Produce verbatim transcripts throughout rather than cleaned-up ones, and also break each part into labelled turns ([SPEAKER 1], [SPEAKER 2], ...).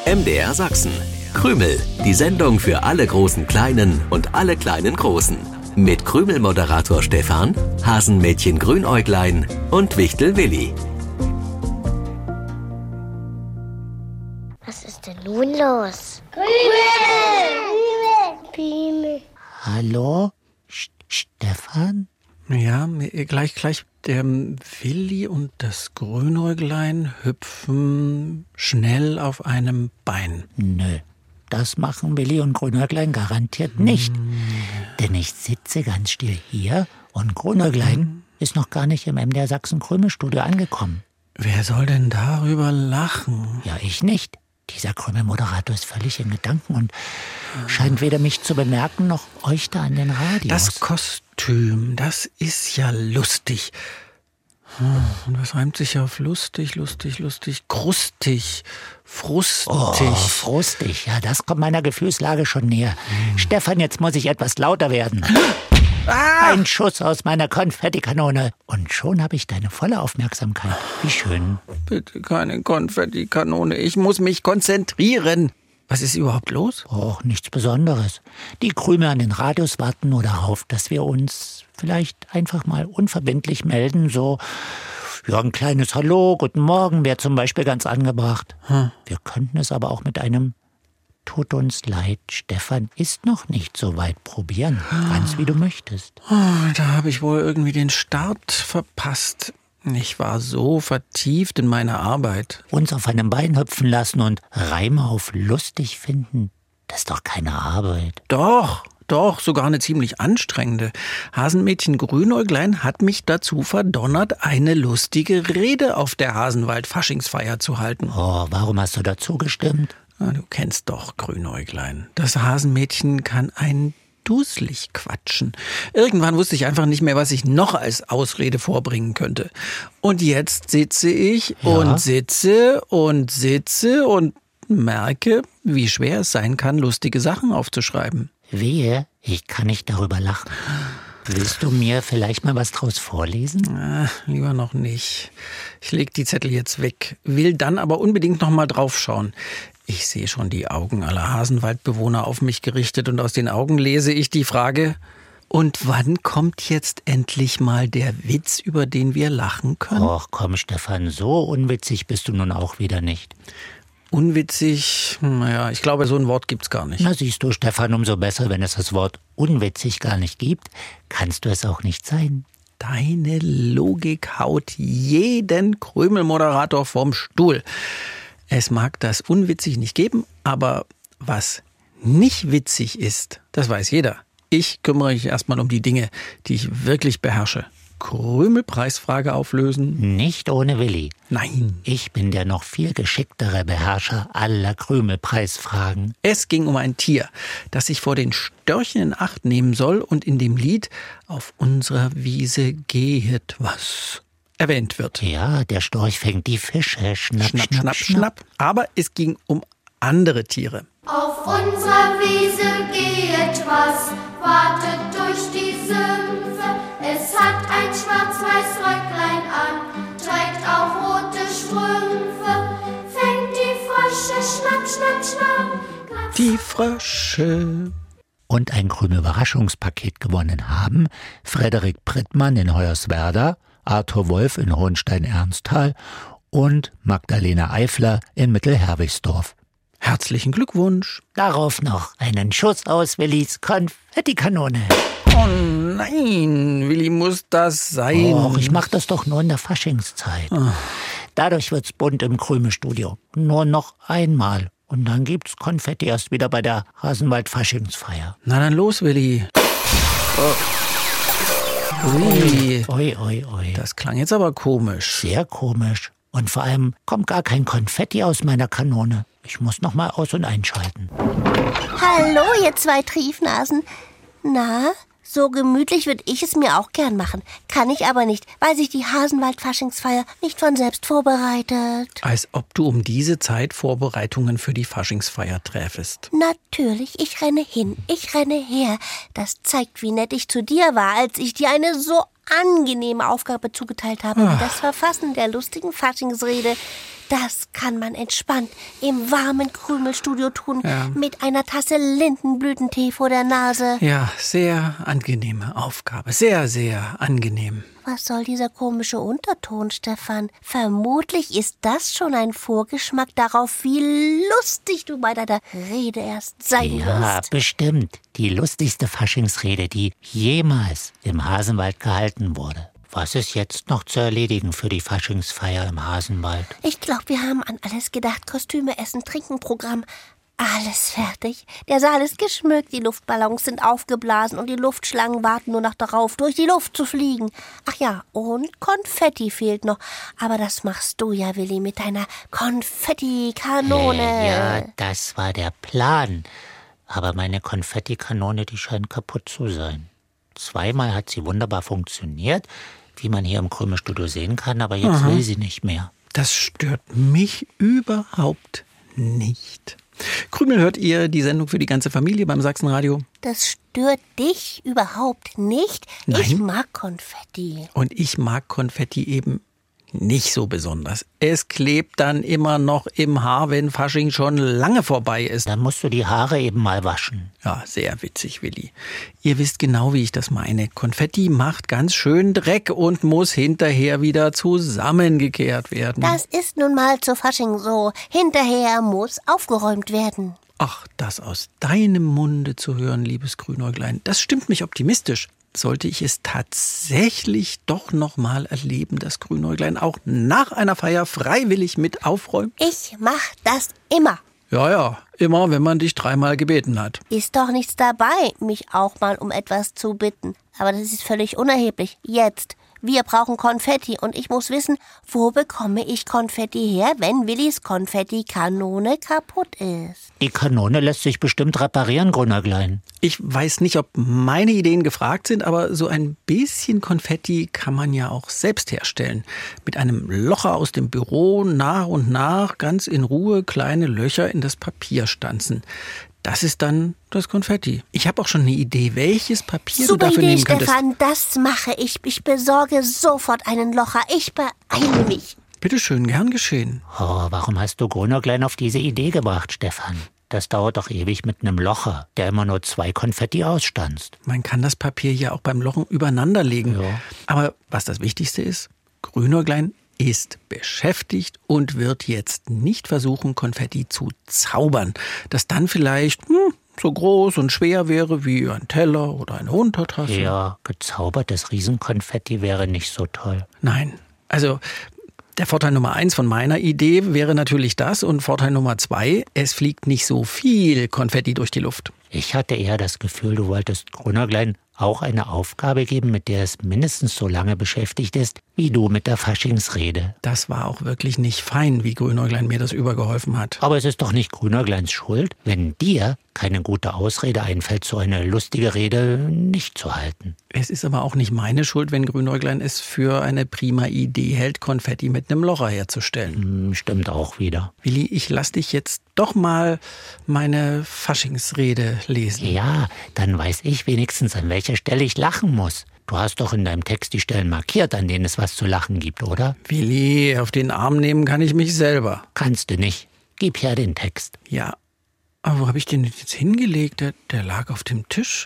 [SPEAKER 1] M D R Sachsen. Krümel, die Sendung für alle großen Kleinen und alle kleinen Großen. Mit Krümel-Moderator Stefan, Hasenmädchen Grünäuglein und Wichtel Willi.
[SPEAKER 2] Was ist denn nun los? Krümel!
[SPEAKER 3] Krümel! Hallo? St- Stefan?
[SPEAKER 4] Ja, gleich, gleich. Der Willi und das Grünäuglein hüpfen schnell auf einem Bein.
[SPEAKER 3] Nö, das machen Willi und Grünäuglein garantiert nicht. Hm. Denn ich sitze ganz still hier und Grünäuglein hm. ist noch gar nicht im M D R Sachsen Krümelstudio angekommen.
[SPEAKER 4] Wer soll denn darüber lachen?
[SPEAKER 3] Ja, ich nicht. Dieser Krümel-Moderator ist völlig in Gedanken und scheint weder mich zu bemerken, noch euch da an den Radios.
[SPEAKER 4] Das Kostüm, das ist ja lustig. Und was reimt sich auf lustig, lustig, lustig? Krustig, frustig.
[SPEAKER 3] Oh, frustig, ja, das kommt meiner Gefühlslage schon näher. Hm. Stefan, jetzt muss ich etwas lauter werden. Ah! Ein Schuss aus meiner Konfettikanone. Und schon habe ich deine volle Aufmerksamkeit. Wie schön.
[SPEAKER 4] Bitte keine Konfettikanone. Ich muss mich konzentrieren. Was ist überhaupt los?
[SPEAKER 3] Oh, nichts Besonderes. Die Krümel an den Radios warten nur darauf, dass wir uns vielleicht einfach mal unverbindlich melden. So, ja, ein kleines Hallo, guten Morgen wäre zum Beispiel ganz angebracht. Hm. Wir könnten es aber auch mit einem Tut uns leid, Stefan ist noch nicht so weit probieren. Ganz wie du möchtest.
[SPEAKER 4] Oh, da habe ich wohl irgendwie den Start verpasst. Ich war so vertieft in meine Arbeit.
[SPEAKER 3] Uns auf einem Bein hüpfen lassen und Reime auf lustig finden, das ist doch keine Arbeit.
[SPEAKER 4] Doch, doch, sogar eine ziemlich anstrengende. Hasenmädchen Grünäuglein hat mich dazu verdonnert, eine lustige Rede auf der Hasenwald-Faschingsfeier zu halten.
[SPEAKER 3] Oh, warum hast du dazu gestimmt?
[SPEAKER 4] Du kennst doch Grünäuglein. Das Hasenmädchen kann ein duselig quatschen. Irgendwann wusste ich einfach nicht mehr, was ich noch als Ausrede vorbringen könnte. Und jetzt sitze ich ja. und sitze und sitze und merke, wie schwer es sein kann, lustige Sachen aufzuschreiben.
[SPEAKER 3] Wehe, ich kann nicht darüber lachen. Willst du mir vielleicht mal was draus vorlesen?
[SPEAKER 4] Ah, lieber noch nicht. Ich leg die Zettel jetzt weg, will dann aber unbedingt noch mal drauf schauen. Ich sehe schon die Augen aller Hasenwaldbewohner auf mich gerichtet und aus den Augen lese ich die Frage: Und wann kommt jetzt endlich mal der Witz, über den wir lachen können?
[SPEAKER 3] Och komm, Stefan, so unwitzig bist du nun auch wieder nicht.
[SPEAKER 4] Unwitzig? Naja, ich glaube, so ein Wort gibt's gar nicht.
[SPEAKER 3] Na siehst du, Stefan, umso besser, wenn es das Wort unwitzig gar nicht gibt, kannst du es auch nicht sein.
[SPEAKER 4] Deine Logik haut jeden Krümel-Moderator vom Stuhl. Es mag das unwitzig nicht geben, aber was nicht witzig ist, das weiß jeder. Ich kümmere mich erstmal um die Dinge, die ich wirklich beherrsche. Krümelpreisfrage auflösen?
[SPEAKER 3] Nicht ohne Willi.
[SPEAKER 4] Nein.
[SPEAKER 3] Ich bin der noch viel geschicktere Beherrscher aller Krümelpreisfragen.
[SPEAKER 4] Es ging um ein Tier, das sich vor den Störchen in Acht nehmen soll und in dem Lied »Auf unserer Wiese gehet was« erwähnt wird.
[SPEAKER 3] Ja, der Storch fängt die Fische. Schnapp,
[SPEAKER 4] schnapp,
[SPEAKER 3] schnapp,
[SPEAKER 4] schnapp, schnapp. Aber es ging um andere Tiere.
[SPEAKER 5] Auf unserer Wiese geht was, wartet durch die Sümpfe. Es hat ein schwarz-weiß Röcklein an, trägt auch rote Strümpfe. Fängt die Frösche, schnapp, schnapp, schnapp.
[SPEAKER 4] Die Frösche.
[SPEAKER 3] Und ein Krümel-Überraschungspaket gewonnen haben Frederik Prittmann in Hoyerswerda, Arthur Wolf in Hohenstein-Ernsthal und Magdalena Eifler in Mittelherwigsdorf.
[SPEAKER 4] Herzlichen Glückwunsch.
[SPEAKER 3] Darauf noch einen Schuss aus Willis Konfettikanone.
[SPEAKER 4] Oh nein, Willi, muss das sein?
[SPEAKER 3] Och, ich mach das doch nur in der Faschingszeit. Oh. Dadurch wird's bunt im Krümelstudio. Nur noch einmal. Und dann gibt's Konfetti erst wieder bei der Hasenwald-Faschingsfeier.
[SPEAKER 4] Na dann los, Willi. Oh. Ui.
[SPEAKER 3] Ui, ui, ui.
[SPEAKER 4] Das klang jetzt aber komisch.
[SPEAKER 3] Sehr komisch. Und vor allem kommt gar kein Konfetti aus meiner Kanone. Ich muss noch mal aus- und einschalten.
[SPEAKER 2] Hallo, ihr zwei Triefnasen. Na, so gemütlich würde ich es mir auch gern machen. Kann ich aber nicht, weil sich die Hasenwald-Faschingsfeier nicht von selbst vorbereitet.
[SPEAKER 4] Als ob du um diese Zeit Vorbereitungen für die Faschingsfeier träfest.
[SPEAKER 2] Natürlich, ich renne hin, ich renne her. Das zeigt, wie nett ich zu dir war, als ich dir eine so angenehme Aufgabe zugeteilt habe, wie das Verfassen der lustigen Faschingsrede, Das kann man entspannt im warmen Krümelstudio tun,
[SPEAKER 4] Ja.
[SPEAKER 2] mit einer Tasse Lindenblütentee vor der Nase.
[SPEAKER 4] Ja, sehr angenehme Aufgabe. Sehr, sehr angenehm.
[SPEAKER 2] Was soll dieser komische Unterton, Stefan? Vermutlich ist das schon ein Vorgeschmack darauf, wie lustig du bei deiner Rede erst sein
[SPEAKER 3] Ja,
[SPEAKER 2] wirst.
[SPEAKER 3] bestimmt. Die lustigste Faschingsrede, die jemals im Hasenwald gehalten wurde. Was ist jetzt noch zu erledigen für die Faschingsfeier im Hasenwald?
[SPEAKER 2] Ich glaube, wir haben an alles gedacht. Kostüme, Essen, Trinken, Programm. Alles fertig. Der Saal ist geschmückt, die Luftballons sind aufgeblasen und die Luftschlangen warten nur noch darauf, durch die Luft zu fliegen. Ach ja, und Konfetti fehlt noch. Aber das machst du ja, Willi, mit deiner Konfettikanone.
[SPEAKER 3] Äh, ja, das war der Plan. Aber meine Konfettikanone, die scheint kaputt zu sein. Zweimal hat sie wunderbar funktioniert, wie man hier im Krümelstudio sehen kann, aber jetzt will sie nicht mehr.
[SPEAKER 4] Das stört mich überhaupt nicht. Krümel hört ihr die Sendung für die ganze Familie beim Sachsenradio.
[SPEAKER 2] Das stört dich überhaupt nicht?
[SPEAKER 4] Nein.
[SPEAKER 2] Ich mag Konfetti.
[SPEAKER 4] Und ich mag Konfetti eben nicht so besonders. Es klebt dann immer noch im Haar, wenn Fasching schon lange vorbei ist.
[SPEAKER 3] Dann musst du die Haare eben mal waschen.
[SPEAKER 4] Ja, sehr witzig, Willi. Ihr wisst genau, wie ich das meine. Konfetti macht ganz schön Dreck und muss hinterher wieder zusammengekehrt werden.
[SPEAKER 2] Das ist nun mal zu Fasching so. Hinterher muss aufgeräumt werden.
[SPEAKER 4] Ach, das aus deinem Munde zu hören, liebes Grünäuglein, das stimmt mich optimistisch. Sollte ich es tatsächlich doch noch mal erleben, dass Grünäuglein auch nach einer Feier freiwillig mit aufräumt?
[SPEAKER 2] Ich mach das immer.
[SPEAKER 4] Ja, ja, immer, wenn man dich dreimal gebeten hat.
[SPEAKER 2] Ist doch nichts dabei, mich auch mal um etwas zu bitten. Aber das ist völlig unerheblich. Jetzt. Wir brauchen Konfetti und ich muss wissen, wo bekomme ich Konfetti her, wenn Willis Konfettikanone kaputt ist.
[SPEAKER 3] Die Kanone lässt sich bestimmt reparieren, Grünäuglein.
[SPEAKER 4] Ich weiß nicht, ob meine Ideen gefragt sind, aber so ein bisschen Konfetti kann man ja auch selbst herstellen. Mit einem Locher aus dem Büro nach und nach ganz in Ruhe kleine Löcher in das Papier stanzen. Das ist dann das Konfetti. Ich habe auch schon eine Idee, welches Papier
[SPEAKER 2] Super
[SPEAKER 4] du dafür
[SPEAKER 2] Idee,
[SPEAKER 4] nehmen könntest.
[SPEAKER 2] Stefan, das mache ich. Ich besorge sofort einen Locher. Ich beeile mich.
[SPEAKER 4] Bitte schön, gern geschehen.
[SPEAKER 3] Oh, warum hast du Grünäuglein auf diese Idee gebracht, Stefan? Das dauert doch ewig mit einem Locher, der immer nur zwei Konfetti ausstanzt.
[SPEAKER 4] Man kann das Papier ja auch beim Lochen übereinander legen.
[SPEAKER 3] Ja.
[SPEAKER 4] Aber was das Wichtigste ist, Grünäuglein ist beschäftigt und wird jetzt nicht versuchen, Konfetti zu zaubern, das dann vielleicht hm, so groß und schwer wäre wie ein Teller oder eine Untertasse.
[SPEAKER 3] Ja, gezaubertes Riesenkonfetti wäre nicht so toll.
[SPEAKER 4] Nein, also der Vorteil Nummer eins von meiner Idee wäre natürlich das und Vorteil Nummer zwei, es fliegt nicht so viel Konfetti durch die Luft.
[SPEAKER 3] Ich hatte eher das Gefühl, du wolltest Grünäuglein auch eine Aufgabe geben, mit der es mindestens so lange beschäftigt ist, wie du mit der Faschingsrede.
[SPEAKER 4] Das war auch wirklich nicht fein, wie Grünäuglein mir das übergeholfen hat.
[SPEAKER 3] Aber es ist doch nicht Grünäugleins Schuld, wenn dir keine gute Ausrede einfällt, so eine lustige Rede nicht zu halten.
[SPEAKER 4] Es ist aber auch nicht meine Schuld, wenn Grünäuglein es für eine prima Idee hält, Konfetti mit einem Locher herzustellen.
[SPEAKER 3] Hm, stimmt auch wieder.
[SPEAKER 4] Willi, ich lass dich jetzt doch mal meine Faschingsrede lesen.
[SPEAKER 3] Ja, dann weiß ich wenigstens, an welcher Stelle ich lachen muss. Du hast doch in deinem Text die Stellen markiert, an denen es was zu lachen gibt, oder?
[SPEAKER 4] Willi, auf den Arm nehmen kann ich mich selber.
[SPEAKER 3] Kannst du nicht. Gib her den Text.
[SPEAKER 4] Ja, aber wo habe ich den jetzt hingelegt? Der, der lag auf dem Tisch.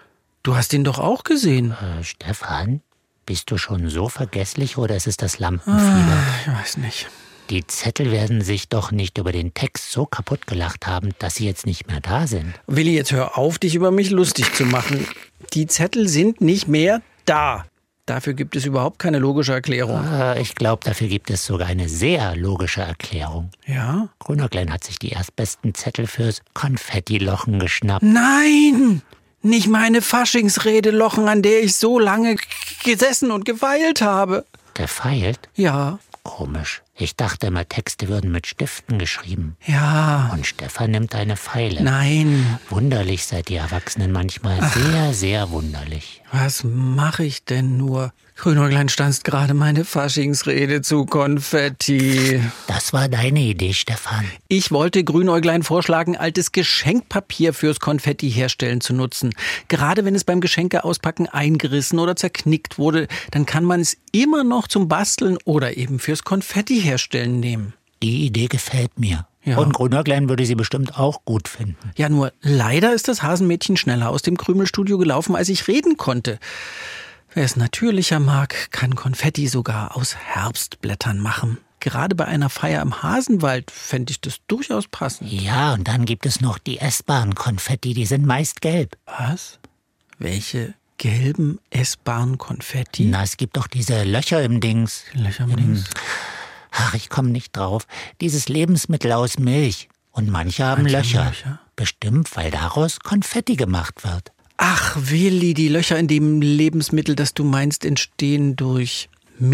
[SPEAKER 4] Du hast ihn doch auch gesehen.
[SPEAKER 3] Äh, Stefan, bist du schon so vergesslich oder ist es das Lampenfieber?
[SPEAKER 4] Ah, ich weiß nicht.
[SPEAKER 3] Die Zettel werden sich doch nicht über den Text so kaputt gelacht haben, dass sie jetzt nicht mehr da sind.
[SPEAKER 4] Willi, jetzt hör auf, dich über mich lustig zu machen. Die Zettel sind nicht mehr da. Dafür gibt es überhaupt keine logische Erklärung.
[SPEAKER 3] Äh, ich glaube, dafür gibt es sogar eine sehr logische Erklärung.
[SPEAKER 4] Ja?
[SPEAKER 3] Grünäuglein hat sich die erstbesten Zettel fürs Konfettilochen geschnappt.
[SPEAKER 4] Nein! Nicht meine Faschingsrede lochen, an der ich so lange gesessen und gefeilt habe.
[SPEAKER 3] Gefeilt?
[SPEAKER 4] Ja.
[SPEAKER 3] Komisch. Ich dachte immer, Texte würden mit Stiften geschrieben.
[SPEAKER 4] Ja.
[SPEAKER 3] Und Stefan nimmt eine Feile.
[SPEAKER 4] Nein.
[SPEAKER 3] Wunderlich seid ihr Erwachsenen manchmal.
[SPEAKER 4] Ach.
[SPEAKER 3] Sehr, sehr wunderlich.
[SPEAKER 4] Was mache ich denn nur? Grünäuglein stanzt gerade meine Faschingsrede zu Konfetti.
[SPEAKER 3] Das war deine Idee, Stefan.
[SPEAKER 4] Ich wollte Grünäuglein vorschlagen, altes Geschenkpapier fürs Konfetti herstellen zu nutzen. Gerade wenn es beim Geschenkeauspacken eingerissen oder zerknickt wurde, dann kann man es immer noch zum Basteln oder eben fürs Konfetti herstellen nehmen.
[SPEAKER 3] Die Idee gefällt mir.
[SPEAKER 4] Ja.
[SPEAKER 3] Und Grünäuglein würde sie bestimmt auch gut finden.
[SPEAKER 4] Ja, nur leider ist das Hasenmädchen schneller aus dem Krümelstudio gelaufen, als ich reden konnte. Wer es natürlicher mag, kann Konfetti sogar aus Herbstblättern machen. Gerade bei einer Feier im Hasenwald fände ich das durchaus passend.
[SPEAKER 3] Ja, und dann gibt es noch die essbaren Konfetti, die sind meist gelb.
[SPEAKER 4] Was? Welche gelben, essbaren Konfetti?
[SPEAKER 3] Na, es gibt doch diese Löcher im Dings.
[SPEAKER 4] Löcher im Dings?
[SPEAKER 3] Ach, ich komme nicht drauf. Dieses Lebensmittel aus Milch. Und manche haben
[SPEAKER 4] Manche
[SPEAKER 3] Löcher.
[SPEAKER 4] Löcher?
[SPEAKER 3] Bestimmt, weil daraus Konfetti gemacht wird.
[SPEAKER 4] Ach, Willi, die Löcher in dem Lebensmittel, das du meinst, entstehen durch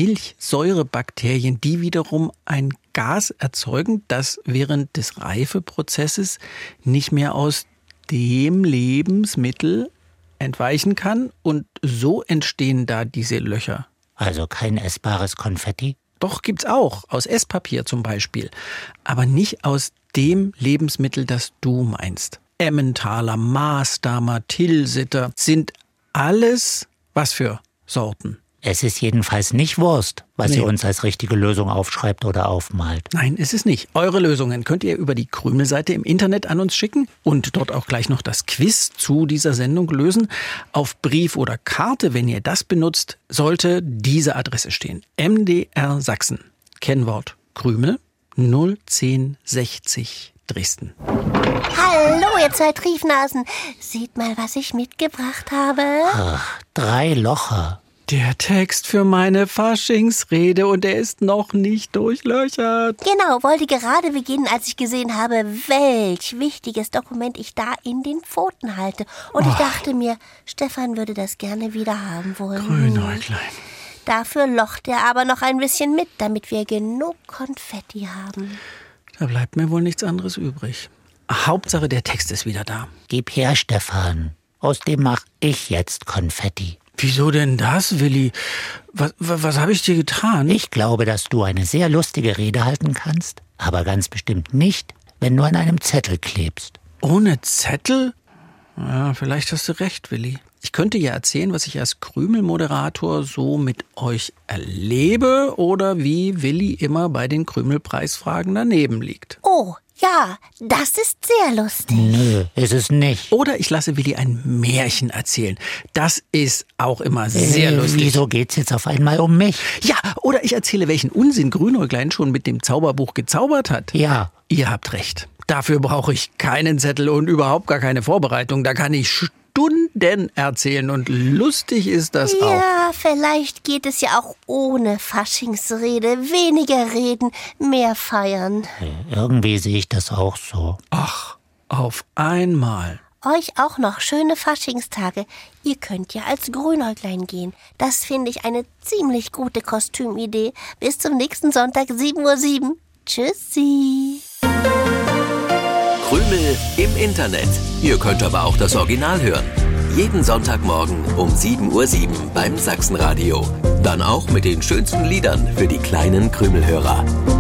[SPEAKER 4] Milchsäurebakterien, die wiederum ein Gas erzeugen, das während des Reifeprozesses nicht mehr aus dem Lebensmittel entweichen kann. Und so entstehen da diese Löcher.
[SPEAKER 3] Also kein essbares Konfetti?
[SPEAKER 4] Doch, gibt's auch. Aus Esspapier zum Beispiel. Aber nicht aus dem Lebensmittel, das du meinst. Emmentaler, Maßdamer, Tilsiter sind alles was für Sorten?
[SPEAKER 3] Es ist jedenfalls nicht Wurst, was
[SPEAKER 4] Nee.
[SPEAKER 3] ihr uns als richtige Lösung aufschreibt oder aufmalt.
[SPEAKER 4] Nein, ist es nicht. Eure Lösungen könnt ihr über die Krümelseite im Internet an uns schicken und dort auch gleich noch das Quiz zu dieser Sendung lösen. Auf Brief oder Karte, wenn ihr das benutzt, sollte diese Adresse stehen. M D R Sachsen. Kennwort Krümel null zehn sechzig Dresden.
[SPEAKER 2] Hallo, ihr zwei Triefnasen. Seht mal, was ich mitgebracht habe.
[SPEAKER 3] Ach, drei Locher.
[SPEAKER 4] Der Text für meine Faschingsrede und er ist noch nicht durchlöchert.
[SPEAKER 2] Genau, wollte gerade beginnen, als ich gesehen habe, welch wichtiges Dokument ich da in den Pfoten halte. Und ich dachte mir, Stefan würde das gerne wieder haben wollen.
[SPEAKER 4] Grünäuglein.
[SPEAKER 2] Dafür locht er aber noch ein bisschen mit, damit wir genug Konfetti haben.
[SPEAKER 4] Da bleibt mir wohl nichts anderes übrig. Hauptsache, der Text ist wieder da.
[SPEAKER 3] Gib her, Stefan. Aus dem mach ich jetzt Konfetti.
[SPEAKER 4] Wieso denn das, Willi? Was, was, was habe ich dir getan?
[SPEAKER 3] Ich glaube, dass du eine sehr lustige Rede halten kannst, aber ganz bestimmt nicht, wenn du an einem Zettel klebst.
[SPEAKER 4] Ohne Zettel? Ja, vielleicht hast du recht, Willi. Ich könnte ja erzählen, was ich als Krümelmoderator so mit euch erlebe oder wie Willi immer bei den Krümelpreisfragen daneben liegt.
[SPEAKER 2] Oh, ja, das ist sehr lustig.
[SPEAKER 3] Nö, ist es nicht.
[SPEAKER 4] Oder ich lasse Willi ein Märchen erzählen. Das ist auch immer sehr
[SPEAKER 3] äh,
[SPEAKER 4] lustig.
[SPEAKER 3] Wieso geht's jetzt auf einmal um mich?
[SPEAKER 4] Ja, oder ich erzähle, welchen Unsinn Grünäuglein schon mit dem Zauberbuch gezaubert hat.
[SPEAKER 3] Ja,
[SPEAKER 4] Ihr habt recht. Dafür brauche ich keinen Zettel und überhaupt gar keine Vorbereitung. Da kann ich Stunden erzählen und lustig ist das auch.
[SPEAKER 2] Ja, vielleicht geht es ja auch ohne Faschingsrede. Weniger reden, mehr feiern.
[SPEAKER 3] irgendwie sehe ich das auch so.
[SPEAKER 4] Ach, auf einmal.
[SPEAKER 2] Euch auch noch schöne Faschingstage. Ihr könnt ja als Grünäuglein gehen. Das finde ich eine ziemlich gute Kostümidee. Bis zum nächsten Sonntag, sieben Uhr sieben. Tschüssi.
[SPEAKER 1] Krümel im Internet. Ihr könnt aber auch das Original hören. Jeden Sonntagmorgen um sieben Uhr sieben beim Sachsenradio. Dann auch mit den schönsten Liedern für die kleinen Krümelhörer.